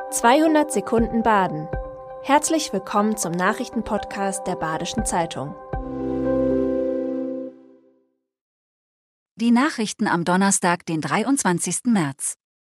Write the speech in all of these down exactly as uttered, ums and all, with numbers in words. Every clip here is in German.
zweihundert Sekunden Baden. Herzlich willkommen zum Nachrichtenpodcast der Badischen Zeitung. Die Nachrichten am Donnerstag, den dreiundzwanzigsten März.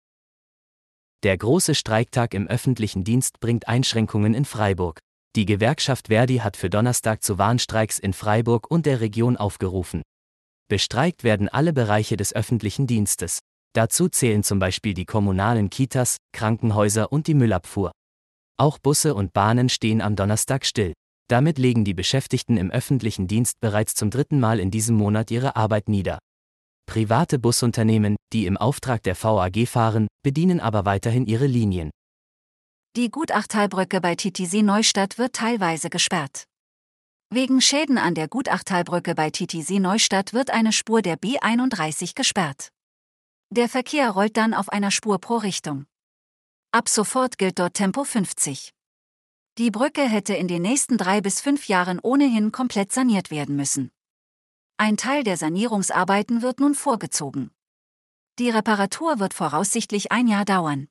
Der große Streiktag im öffentlichen Dienst bringt Einschränkungen in Freiburg. Die Gewerkschaft Verdi hat für Donnerstag zu Warnstreiks in Freiburg und der Region aufgerufen. Bestreikt werden alle Bereiche des öffentlichen Dienstes. Dazu zählen zum Beispiel die kommunalen Kitas, Krankenhäuser und die Müllabfuhr. Auch Busse und Bahnen stehen am Donnerstag still. Damit legen die Beschäftigten im öffentlichen Dienst bereits zum dritten Mal in diesem Monat ihre Arbeit nieder. Private Busunternehmen, die im Auftrag der V A G fahren, bedienen aber weiterhin ihre Linien. Die Gutachtalbrücke bei Titisee-Neustadt wird teilweise gesperrt. Wegen Schäden an der Gutachtalbrücke bei Titisee-Neustadt wird eine Spur der B einunddreißig gesperrt. Der Verkehr rollt dann auf einer Spur pro Richtung. Ab sofort gilt dort Tempo fünfzig. Die Brücke hätte in den nächsten drei bis fünf Jahren ohnehin komplett saniert werden müssen. Ein Teil der Sanierungsarbeiten wird nun vorgezogen. Die Reparatur wird voraussichtlich ein Jahr dauern.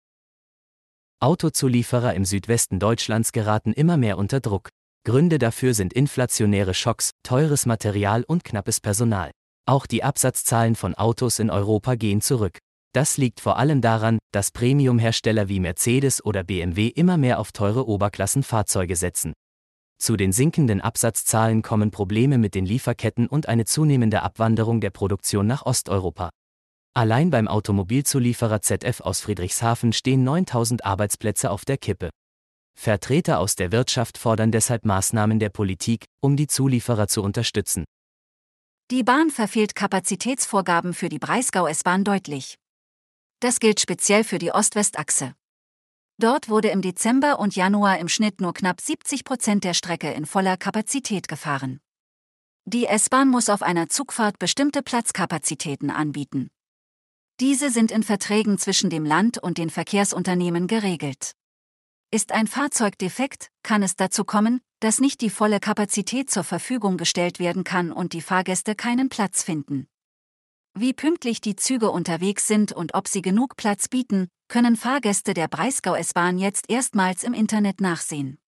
Autozulieferer im Südwesten Deutschlands geraten immer mehr unter Druck. Gründe dafür sind inflationäre Schocks, teures Material und knappes Personal. Auch die Absatzzahlen von Autos in Europa gehen zurück. Das liegt vor allem daran, dass Premium-Hersteller wie Mercedes oder B M W immer mehr auf teure Oberklassenfahrzeuge setzen. Zu den sinkenden Absatzzahlen kommen Probleme mit den Lieferketten und eine zunehmende Abwanderung der Produktion nach Osteuropa. Allein beim Automobilzulieferer Z F aus Friedrichshafen stehen neuntausend Arbeitsplätze auf der Kippe. Vertreter aus der Wirtschaft fordern deshalb Maßnahmen der Politik, um die Zulieferer zu unterstützen. Die Bahn verfehlt Kapazitätsvorgaben für die Breisgau-S-Bahn deutlich. Das gilt speziell für die Ost-West-Achse. Dort wurde im Dezember und Januar im Schnitt nur knapp siebzig Prozent der Strecke in voller Kapazität gefahren. Die S-Bahn muss auf einer Zugfahrt bestimmte Platzkapazitäten anbieten. Diese sind in Verträgen zwischen dem Land und den Verkehrsunternehmen geregelt. Ist ein Fahrzeug defekt, kann es dazu kommen, dass nicht die volle Kapazität zur Verfügung gestellt werden kann und die Fahrgäste keinen Platz finden. Wie pünktlich die Züge unterwegs sind und ob sie genug Platz bieten, können Fahrgäste der Breisgau-S-Bahn jetzt erstmals im Internet nachsehen.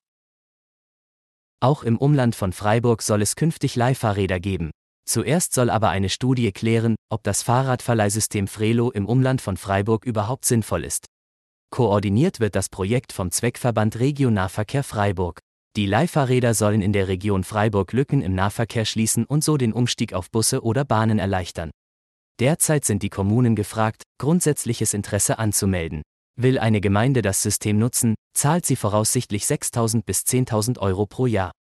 Auch im Umland von Freiburg soll es künftig Leihfahrräder geben. Zuerst soll aber eine Studie klären, ob das Fahrradverleihsystem Frelo im Umland von Freiburg überhaupt sinnvoll ist. Koordiniert wird das Projekt vom Zweckverband Regionalverkehr Freiburg. Die Leihfahrräder sollen in der Region Freiburg Lücken im Nahverkehr schließen und so den Umstieg auf Busse oder Bahnen erleichtern. Derzeit sind die Kommunen gefragt, grundsätzliches Interesse anzumelden. Will eine Gemeinde das System nutzen, zahlt sie voraussichtlich sechstausend bis zehntausend Euro pro Jahr.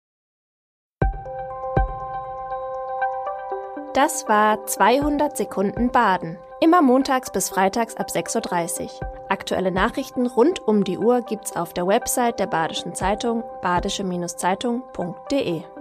Das war zweihundert Sekunden Baden. Immer montags bis freitags ab sechs Uhr dreißig. Aktuelle Nachrichten rund um die Uhr gibt's auf der Website der Badischen Zeitung badische Zeitung punkt de.